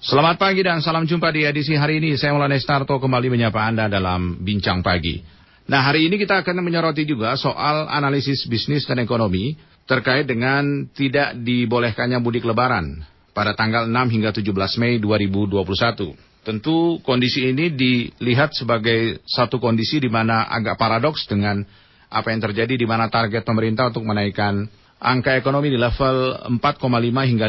Selamat pagi dan salam jumpa di edisi hari ini. Saya Maulana Starto kembali menyapa Anda dalam Bincang Pagi. Nah, hari ini kita akan menyoroti juga soal analisis bisnis dan ekonomi terkait dengan tidak dibolehkannya mudik lebaran pada tanggal 6 hingga 17 Mei 2021. Tentu kondisi ini dilihat sebagai satu kondisi di mana agak paradoks dengan apa yang terjadi di mana target pemerintah untuk menaikkan angka ekonomi di level 4,5 hingga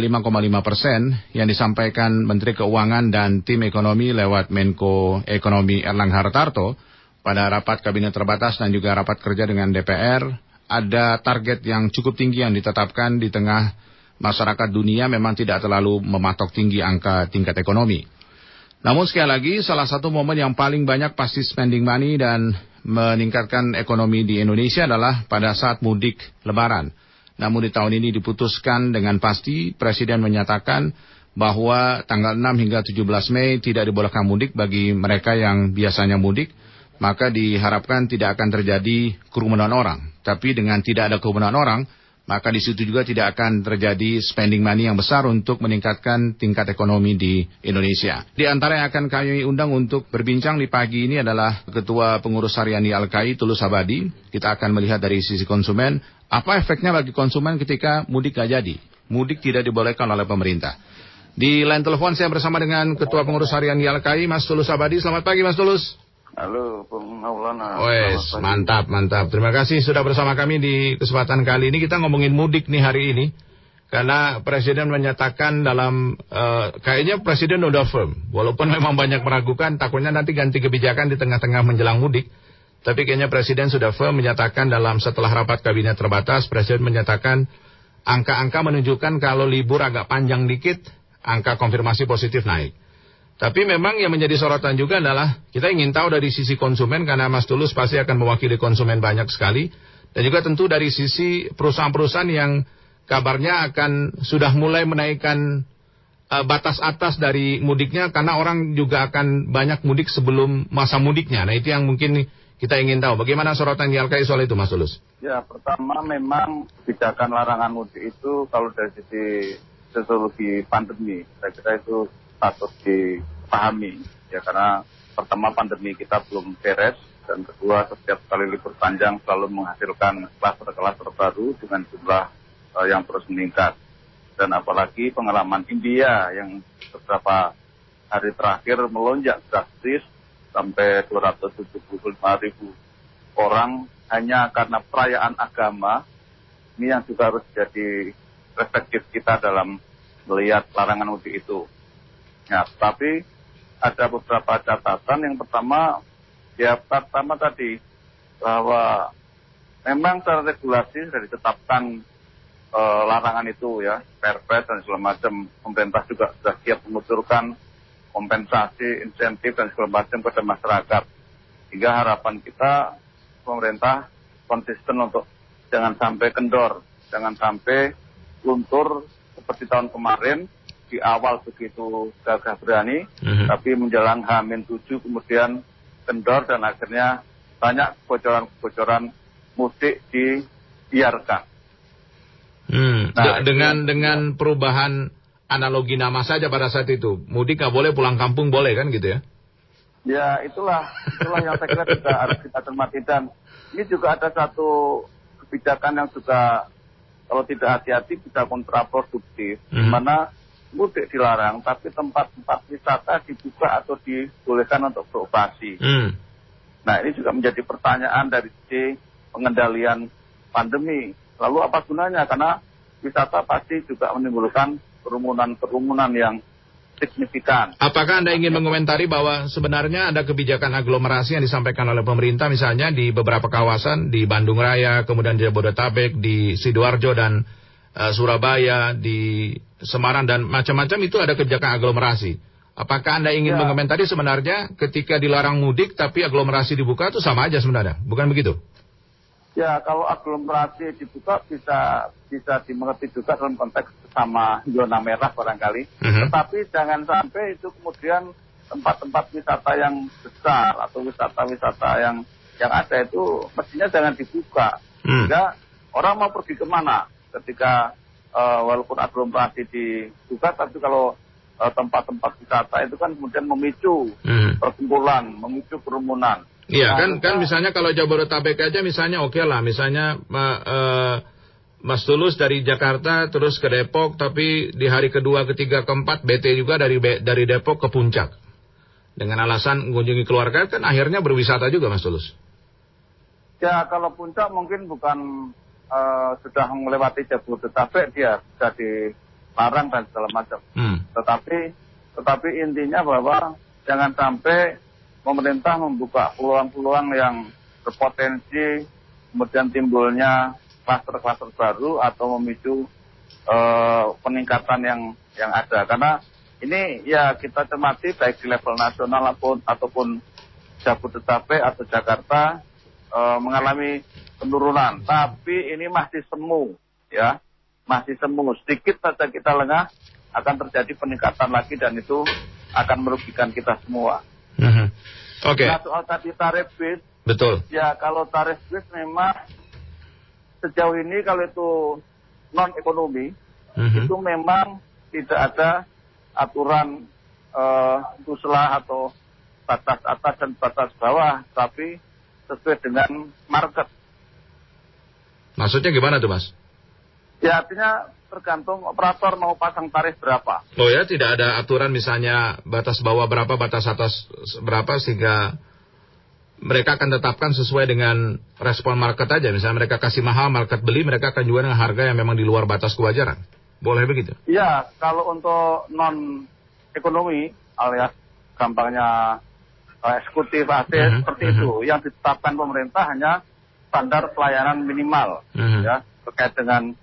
5,5% yang disampaikan Menteri Keuangan dan tim ekonomi lewat Menko Ekonomi Erlangga Hartarto pada rapat kabinet terbatas dan juga rapat kerja dengan DPR. Ada target yang cukup tinggi yang ditetapkan di tengah masyarakat dunia memang tidak terlalu mematok tinggi angka tingkat ekonomi. Namun sekali lagi salah satu momen yang paling banyak pasti spending money dan meningkatkan ekonomi di Indonesia adalah pada saat mudik lebaran. Namun di tahun ini diputuskan dengan pasti Presiden menyatakan bahwa tanggal 6 hingga 17 Mei tidak dibolehkan mudik bagi mereka yang biasanya mudik. Maka diharapkan tidak akan terjadi kerumunan orang. Tapi dengan tidak ada kerumunan orang, maka di situ juga tidak akan terjadi spending money yang besar untuk meningkatkan tingkat ekonomi di Indonesia. Di antara yang akan kami undang untuk berbincang di pagi ini adalah Ketua Pengurus Harian YLKI Tulus Abadi. Kita akan melihat dari sisi konsumen, apa efeknya bagi konsumen ketika mudik gak jadi. Mudik tidak dibolehkan oleh pemerintah. Di line telepon saya bersama dengan Ketua Pengurus Harian YLKI, Mas Tulus Abadi. Selamat pagi, Mas Tulus. Halo, Bung Maulana. Wes, mantap. Terima kasih sudah bersama kami di kesempatan kali ini. Kita ngomongin mudik nih hari ini. Karena Presiden menyatakan dalam, kayaknya Presiden udah firm. Walaupun memang banyak meragukan, takutnya nanti ganti kebijakan di tengah-tengah menjelang mudik. Tapi kayaknya Presiden sudah firm menyatakan dalam setelah rapat kabinet terbatas, Presiden menyatakan angka-angka menunjukkan kalau libur agak panjang dikit, angka konfirmasi positif naik. Tapi memang yang menjadi sorotan juga adalah kita ingin tahu dari sisi konsumen karena Mas Tulus pasti akan mewakili konsumen banyak sekali. Dan juga tentu dari sisi perusahaan-perusahaan yang kabarnya akan sudah mulai menaikkan batas atas dari mudiknya karena orang juga akan banyak mudik sebelum masa mudiknya. Nah itu yang mungkin kita ingin tahu. Bagaimana sorotan YLKI soal itu Mas Tulus? Ya pertama memang kebijakan larangan mudik itu kalau dari sisi sosiologi pandemi saya kira itu patut dipahami ya karena pertama pandemi kita belum beres dan kedua setiap kali libur panjang selalu menghasilkan klaster-klaster baru dengan jumlah yang terus meningkat dan apalagi pengalaman India yang beberapa hari terakhir melonjak drastis sampai 275.000 orang hanya karena perayaan agama. Ini yang juga harus jadi perspektif kita dalam melihat larangan mudik itu. Ya, tapi ada beberapa catatan. Yang pertama tadi bahwa memang secara regulasi sudah ditetapkan larangan itu ya, perpres dan segala macam. Pemerintah juga sudah siap mengucurkan kompensasi, insentif dan segala macam kepada masyarakat. Hingga harapan kita pemerintah konsisten untuk jangan sampai kendor, jangan sampai luntur seperti tahun kemarin. Di awal begitu gagah berani, tapi menjelang H-7 kemudian kendor dan akhirnya banyak kebocoran-kebocoran mudik dibiarkan. Nah, dengan perubahan analogi nama saja pada saat itu, mudik nggak boleh, pulang kampung boleh kan gitu ya? Ya itulah yang saya kira juga harus kita cermati dan ini juga ada satu kebijakan yang juga kalau tidak hati-hati bisa kontraproduktif, di mana mudik dilarang, tapi tempat-tempat wisata dibuka atau dibolehkan untuk beroperasi. Nah ini juga menjadi pertanyaan dari sisi pengendalian pandemi. Lalu apa gunanya? Karena wisata pasti juga menimbulkan kerumunan yang signifikan. Apakah Anda ingin mengomentari bahwa sebenarnya ada kebijakan aglomerasi yang disampaikan oleh pemerintah misalnya di beberapa kawasan, di Bandung Raya, kemudian di Jabodetabek, di Sidoarjo dan Surabaya, di Semarang dan macam-macam itu ada kebijakan aglomerasi. Apakah Anda ingin mengomentari sebenarnya ketika dilarang mudik tapi aglomerasi dibuka itu sama aja sebenarnya, bukan begitu? Ya kalau aglomerasi dibuka bisa dimengerti juga dalam konteks sama zona merah barangkali. Tetapi jangan sampai itu kemudian tempat-tempat wisata yang besar atau wisata-wisata yang ada itu mestinya jangan dibuka. Sehingga orang mau pergi kemana ketika walaupun aglomerasi dibuka, tapi kalau tempat-tempat wisata itu kan kemudian memicu perkumpulan, memicu kerumunan. Iya, kan misalnya kalau Jabodetabek aja misalnya oke lah, misalnya Mas Tulus dari Jakarta terus ke Depok, tapi di hari kedua, ketiga, keempat bete juga dari Depok ke Puncak. Dengan alasan mengunjungi keluarga, kan akhirnya berwisata juga Mas Tulus. Ya, kalau Puncak mungkin bukan sudah melewati Jabodetabek, dia sudah dilarang dan segala macam. Tetapi intinya bahwa jangan sampai pemerintah membuka peluang-peluang yang berpotensi kemudian timbulnya kluster-kluster baru atau memicu peningkatan yang ada. Karena ini ya kita cermati baik di level nasional ataupun Jabodetabek atau Jakarta mengalami penurunan. Tapi ini masih semu, ya. Masih semu. Sedikit saja kita lengah akan terjadi peningkatan lagi dan itu akan merugikan kita semua. Oke. Nah, soal tadi tarif bis. Betul. Ya, kalau tarif bis memang sejauh ini kalau itu non-ekonomi, itu memang tidak ada aturan puslah atau batas atas dan batas bawah, tapi sesuai dengan market. Maksudnya gimana tuh, Mas? Ya, artinya tergantung operator mau pasang tarif berapa. Oh ya, tidak ada aturan misalnya batas bawah berapa, batas atas berapa, sehingga mereka akan tetapkan sesuai dengan respon market aja. Misalnya mereka kasih mahal, market beli, mereka akan jual dengan harga yang memang di luar batas kewajaran. Boleh begitu? Iya, kalau untuk non-ekonomi alias gampangnya eksekutif seperti itu. Yang ditetapkan pemerintah hanya standar pelayanan minimal, ya, terkait dengan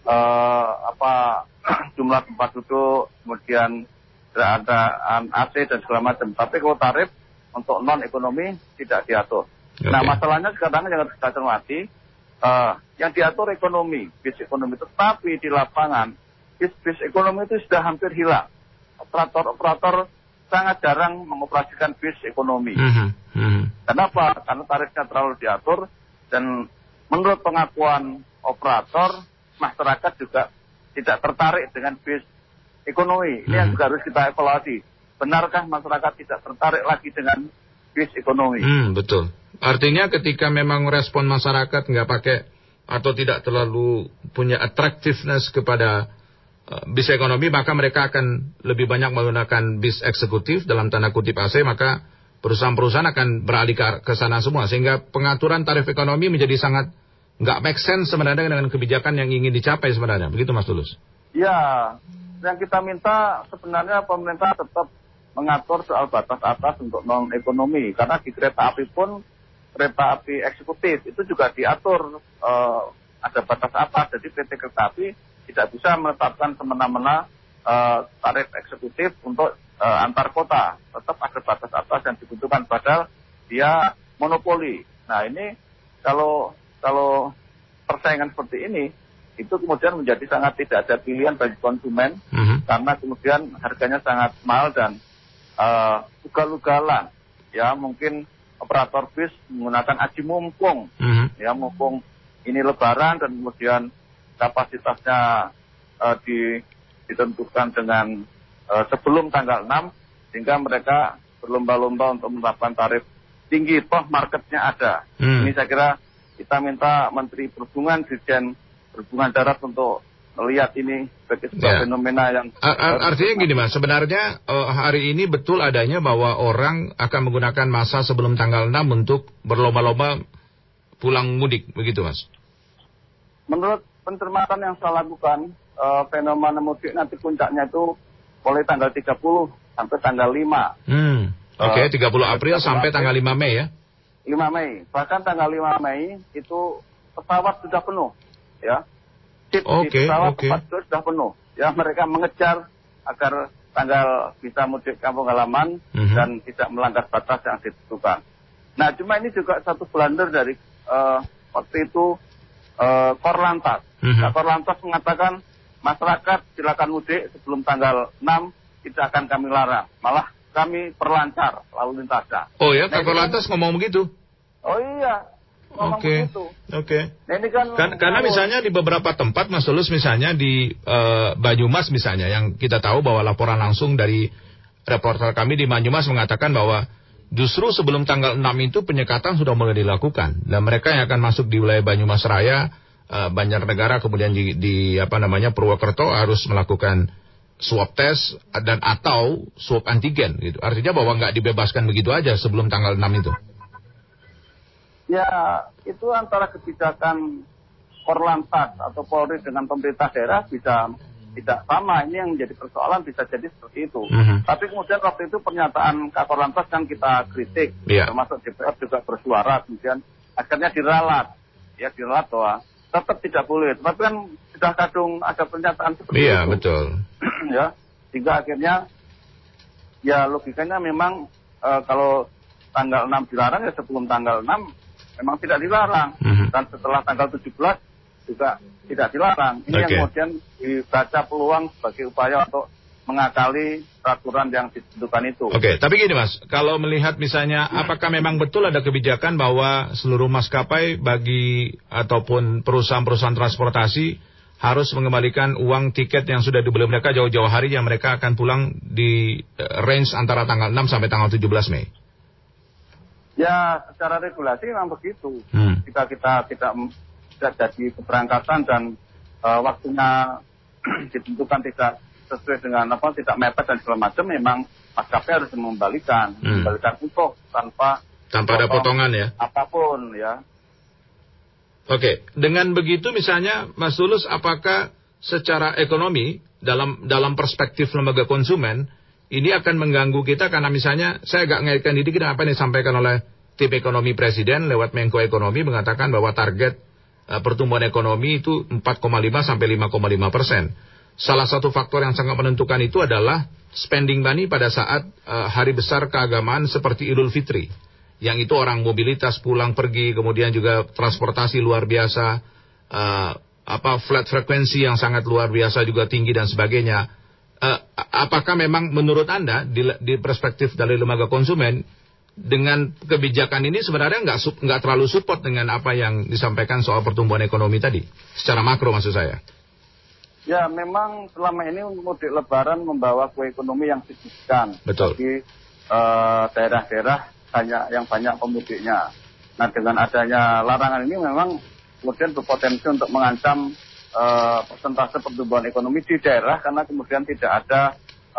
jumlah tempat duduk, kemudian ada AC dan segala macam. Tapi kalau tarif untuk non-ekonomi tidak diatur. Okay. Nah, masalahnya sekarang yang harus kita cermati, yang diatur ekonomi, bis ekonomi, tetapi di lapangan bis ekonomi itu sudah hampir hilang. Operator sangat jarang mengoperasikan bis ekonomi. Kenapa? Karena tarifnya terlalu diatur dan menurut pengakuan operator, masyarakat juga tidak tertarik dengan bis ekonomi. Ini yang juga harus kita evaluasi. Benarkah masyarakat tidak tertarik lagi dengan bis ekonomi? Betul. Artinya ketika memang respon masyarakat nggak pakai atau tidak terlalu punya attractiveness kepada bis ekonomi, maka mereka akan lebih banyak menggunakan bis eksekutif dalam tanda kutip AC, maka perusahaan-perusahaan akan beralih ke sana semua. Sehingga pengaturan tarif ekonomi menjadi sangat nggak make sense sebenarnya dengan kebijakan yang ingin dicapai sebenarnya. Begitu Mas Tulus? Ya, yang kita minta sebenarnya pemerintah tetap mengatur soal batas atas untuk non-ekonomi. Karena di kereta api pun, kereta api eksekutif itu juga diatur ada batas atas. Jadi PT Kereta Api tidak bisa menetapkan semena-mena tarif eksekutif untuk antar kota. Tetap ada batas atas yang dibutuhkan, padahal dia monopoli. Nah, ini kalau persaingan seperti ini, itu kemudian menjadi sangat tidak ada pilihan bagi konsumen, karena kemudian harganya sangat mahal dan ugal-ugalan. Ya, mungkin operator bis menggunakan aji mumpung, ya, mumpung ini lebaran dan kemudian kapasitasnya ditentukan dengan sebelum tanggal 6, sehingga mereka berlomba-lomba untuk menerapkan tarif tinggi, toh marketnya ada. Ini saya kira kita minta Menteri Perhubungan, Dirjen Perhubungan Darat untuk melihat ini sebagai sebuah fenomena yang... Artinya gini Mas, sebenarnya hari ini betul adanya bahwa orang akan menggunakan masa sebelum tanggal 6 untuk berlomba-lomba pulang mudik, begitu Mas? Menurut pencermatan yang saya lakukan, fenomena mudik nanti puncaknya itu mulai tanggal 30 sampai tanggal 5. Oke, 30 April sampai tanggal 5 Mei ya? 5 Mei, bahkan tanggal 5 Mei itu pesawat sudah penuh, ya. Pesawat tempat itu sudah penuh, ya. Mereka mengejar agar tanggal bisa mudik kampung halaman dan tidak melanggar batas yang ditentukan. Nah, cuma ini juga satu blunder dari waktu itu Korlantas. Korlantas mengatakan masyarakat silakan mudik sebelum tanggal 6, tidak akan kami larang, malah kami perlancar lalu lintasnya. Oh ya, Kak Korlantas ngomong begitu? Oh iya. ngomong begitu. Oke. Nah, ini kan Karena misalnya di beberapa tempat, Mas Tulus, misalnya di Banyumas misalnya, yang kita tahu bahwa laporan langsung dari reporter kami di Banyumas mengatakan bahwa justru sebelum tanggal 6 itu penyekatan sudah mulai dilakukan. Dan mereka yang akan masuk di wilayah Banyumas Raya, Banjarnegara, kemudian di Purwokerto harus melakukan swab test dan atau swab antigen gitu. Artinya bahwa nggak dibebaskan begitu aja sebelum tanggal 6 itu. Ya, itu antara kebijakan Korlantas atau Polri dengan pemerintah daerah bisa tidak sama. Ini yang menjadi persoalan, bisa jadi seperti itu. Tapi kemudian waktu itu pernyataan Kak Korlantas kan kita kritik, termasuk DPR juga bersuara, kemudian akhirnya diralat bahwa tetap tidak boleh. Tapi kan sudah kadung ada pernyataan seperti itu. Iya, betul. Ya, sehingga akhirnya ya logikanya memang kalau tanggal 6 dilarang ya sebelum tanggal 6 memang tidak dilarang. Dan setelah tanggal 17 juga tidak dilarang. Ini yang kemudian dibaca peluang sebagai upaya untuk mengakali peraturan yang ditentukan itu. Oke, tapi gini Mas, kalau melihat misalnya apakah memang betul ada kebijakan bahwa seluruh maskapai ataupun perusahaan-perusahaan transportasi harus mengembalikan uang tiket yang sudah dibeli mereka jauh-jauh hari yang mereka akan pulang di range antara tanggal 6 sampai tanggal 17 Mei? Ya, secara regulasi memang begitu. Jika kita tidak jadi keberangkatan dan waktunya ditentukan tidak sesuai dengan tidak mepet dan segala macam, memang maskapai harus mengembalikan utuh tanpa ada potongan ya. Apapun ya. Oke, dengan begitu misalnya Mas Tulus, apakah secara ekonomi dalam perspektif lembaga konsumen ini akan mengganggu kita karena misalnya saya agak ngaitkan dikit dengan apa yang disampaikan oleh tim ekonomi Presiden lewat Menko Ekonomi mengatakan bahwa target pertumbuhan ekonomi itu 4,5 sampai 5,5%. Salah satu faktor yang sangat menentukan itu adalah spending money pada saat hari besar keagamaan seperti Idul Fitri. Yang itu orang mobilitas pulang pergi, kemudian juga transportasi luar biasa, flat frekuensi yang sangat luar biasa juga tinggi dan sebagainya. Apakah memang menurut Anda di perspektif dari lembaga konsumen dengan kebijakan ini sebenarnya nggak terlalu support dengan apa yang disampaikan soal pertumbuhan ekonomi tadi secara makro maksud saya? Ya, memang selama ini mudik Lebaran membawa kue ekonomi yang signifikan. Betul. Bagi daerah-daerah yang banyak pemudiknya. Nah, dengan adanya larangan ini memang kemudian berpotensi untuk mengancam persentase pertumbuhan ekonomi di daerah karena kemudian tidak ada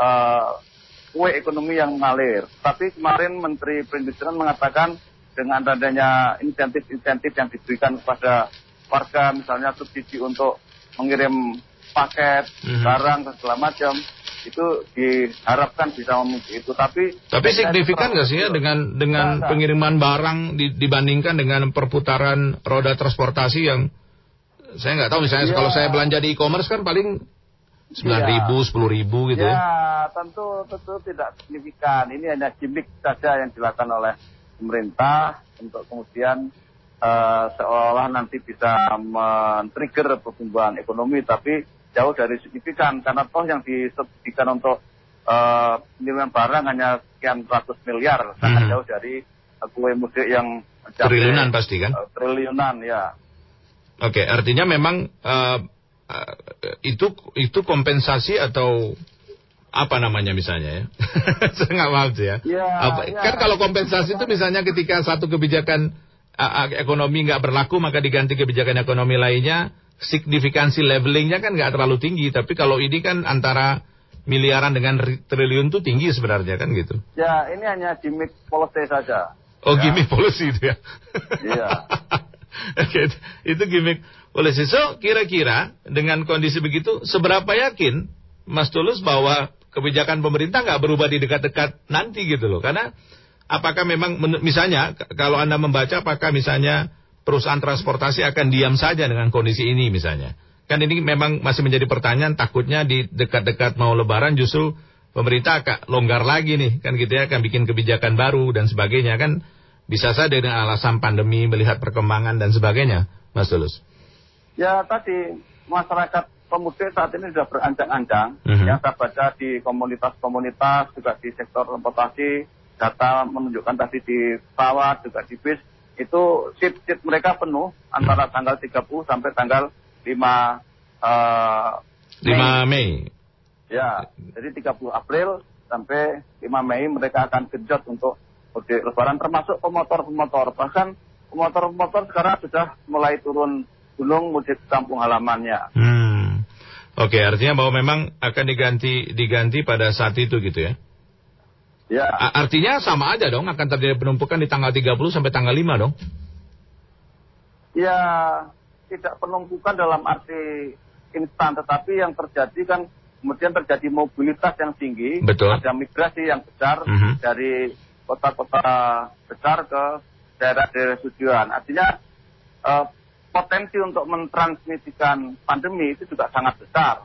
kue ekonomi yang mengalir. Tapi kemarin Menteri Perindustrian mengatakan dengan adanya insentif-insentif yang diberikan kepada warga, misalnya subsidi untuk mengirim paket, barang dan segala macam, itu diharapkan bisa memenuhi itu. Tapi signifikan nggak sih ya dengan pengiriman barang dibandingkan dengan perputaran roda transportasi yang saya nggak tahu misalnya kalau saya belanja di e-commerce kan paling 9.000, 10.000 gitu. Ya, tentu tidak signifikan. Ini hanya gimmick saja yang dilakukan oleh pemerintah untuk kemudian seolah nanti bisa men-trigger pertumbuhan ekonomi, tapi jauh dari signifikan karena toh yang disubsidikan untuk pengiriman barang hanya sekian ratus miliar, sangat jauh dari kue mudik yang triliunan pasti kan? Triliunan ya. Oke, artinya memang itu kompensasi atau apa namanya misalnya ya? Saya nggak paham sih ya. Kan kalau kompensasi itu misalnya ketika satu kebijakan ekonomi nggak berlaku maka diganti kebijakan ekonomi lainnya, signifikansi levelingnya kan nggak terlalu tinggi. Tapi kalau ini kan antara miliaran dengan triliun itu tinggi sebenarnya kan gitu. Ya, ini hanya gimmick policy saja. Oh, ya. Gimmick policy itu ya? Iya. Oke, itu gimmick policy. So, kira-kira dengan kondisi begitu, seberapa yakin Mas Tulus bahwa kebijakan pemerintah nggak berubah di dekat-dekat nanti gitu loh? Karena apakah memang, misalnya, kalau Anda membaca, apakah misalnya perusahaan transportasi akan diam saja dengan kondisi ini misalnya? Kan ini memang masih menjadi pertanyaan, takutnya di dekat-dekat mau Lebaran justru pemerintah akan longgar lagi nih, kan gitu ya, akan bikin kebijakan baru dan sebagainya kan. Bisa saja dengan alasan pandemi, melihat perkembangan dan sebagainya, Mas Tulus. Ya, tadi masyarakat pemudik saat ini sudah berancang-ancang. Yang saya baca di komunitas-komunitas, juga di sektor transportasi, data menunjukkan tadi di pesawat, juga di bis, itu shift mereka penuh antara tanggal 30 sampai tanggal 5 Mei. Ya, jadi 30 April sampai 5 Mei mereka akan genjot untuk mudik lebaran, termasuk pemotor-pemotor. Bahkan pemotor-pemotor sekarang sudah mulai turun gunung mudik kampung halamannya. Oke, artinya bahwa memang akan diganti pada saat itu gitu ya? Ya. Artinya sama aja dong, akan terjadi penumpukan di tanggal 30 sampai tanggal 5 dong? Ya, tidak penumpukan dalam arti instan, tetapi yang terjadi kan kemudian terjadi mobilitas yang tinggi. Betul. Ada migrasi yang besar dari kota-kota besar ke daerah-daerah tujuan. Artinya potensi untuk mentransmisikan pandemi itu juga sangat besar.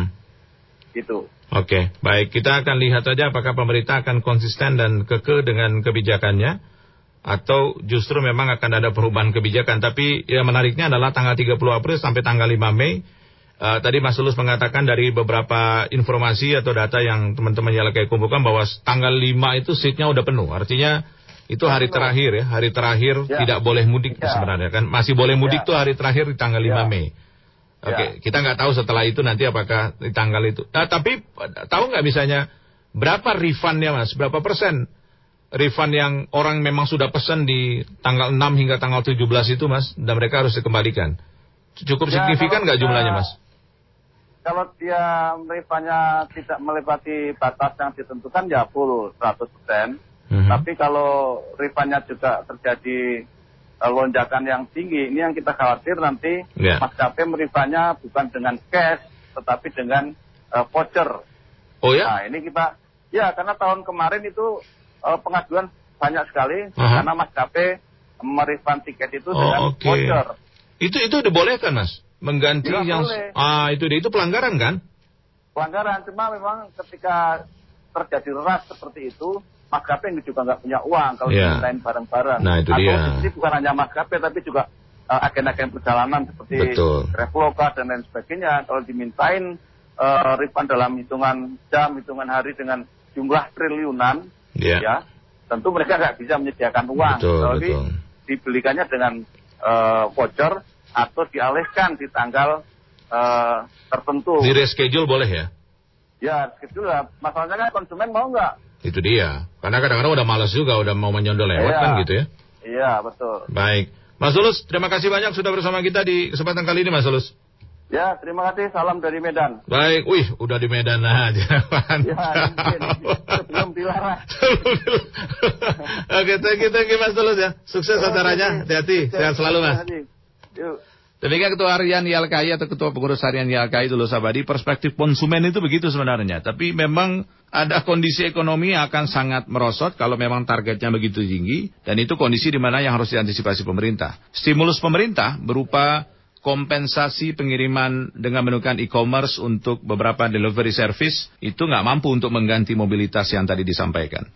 Gitu. Oke, baik. Kita akan lihat saja apakah pemerintah akan konsisten dan kekeh dengan kebijakannya, atau justru memang akan ada perubahan kebijakan. Tapi ya menariknya adalah tanggal 30 April sampai tanggal 5 Mei. Tadi Mas Tulus mengatakan dari beberapa informasi atau data yang teman-teman YLKI kumpulkan bahwa tanggal 5 itu seatnya udah penuh. Artinya itu hari terakhir ya, hari terakhir tidak boleh mudik sebenarnya kan. Masih boleh mudik tuh hari terakhir di tanggal 5 Mei. Oke, kita nggak tahu setelah itu nanti apakah di tanggal itu. Tapi tahu nggak misalnya berapa refundnya Mas? Berapa persen refund yang orang memang sudah pesan di tanggal 6 hingga tanggal 17 itu Mas, dan mereka harus dikembalikan? Cukup signifikan nggak jumlahnya Mas? Kalau dia refundnya tidak melewati batas yang ditentukan ya full 100%. Tapi kalau refundnya juga terjadi lonjakan yang tinggi, ini yang kita khawatir nanti maskapai merefundnya bukan dengan cash, tetapi dengan voucher. Oh ya? Nah ini kita, ya karena tahun kemarin itu pengaduan banyak sekali karena maskapai merefund tiket itu dengan voucher. Itu dibolehkan Mas? Mengganti ya, yang boleh. Itu pelanggaran kan? Pelanggaran, cuma memang ketika terjadi ras seperti itu, maskapai juga nggak punya uang kalau dimintain bareng-bareng. Nah, itu dia. Atau bukan hanya maskapai tapi juga agen-agen perjalanan seperti Traveloka dan lain sebagainya. Kalau dimintain refund dalam hitungan jam, hitungan hari dengan jumlah triliunan, ya tentu mereka nggak bisa menyediakan uang. Tapi dibelikannya dengan voucher atau dialihkan di tanggal tertentu. Di reschedule boleh ya? Ya, reschedule lah. Masalahnya kan konsumen mau nggak? Itu dia. Karena kadang-kadang udah malas juga, udah mau menyondol lewat kan gitu ya? Iya, betul. Baik. Mas Tulus, terima kasih banyak sudah bersama kita di kesempatan kali ini Mas Tulus. Ya, terima kasih. Salam dari Medan. Baik. Wih, udah di Medan aja. Ya, sebelum dilarang. Oke, thank you Mas Tulus ya. Sukses acaranya. Hati-hati. Sehat selalu Mas. Yuk. Demikian Ketua Harian YLKI atau Ketua Pengurus Harian YLKI Tulus Abadi. Perspektif konsumen itu begitu sebenarnya. Tapi memang ada kondisi ekonomi yang akan sangat merosot kalau memang targetnya begitu tinggi. Dan itu kondisi di mana yang harus diantisipasi pemerintah. Stimulus pemerintah berupa kompensasi pengiriman dengan menggunakan e-commerce untuk beberapa delivery service itu nggak mampu untuk mengganti mobilitas yang tadi disampaikan.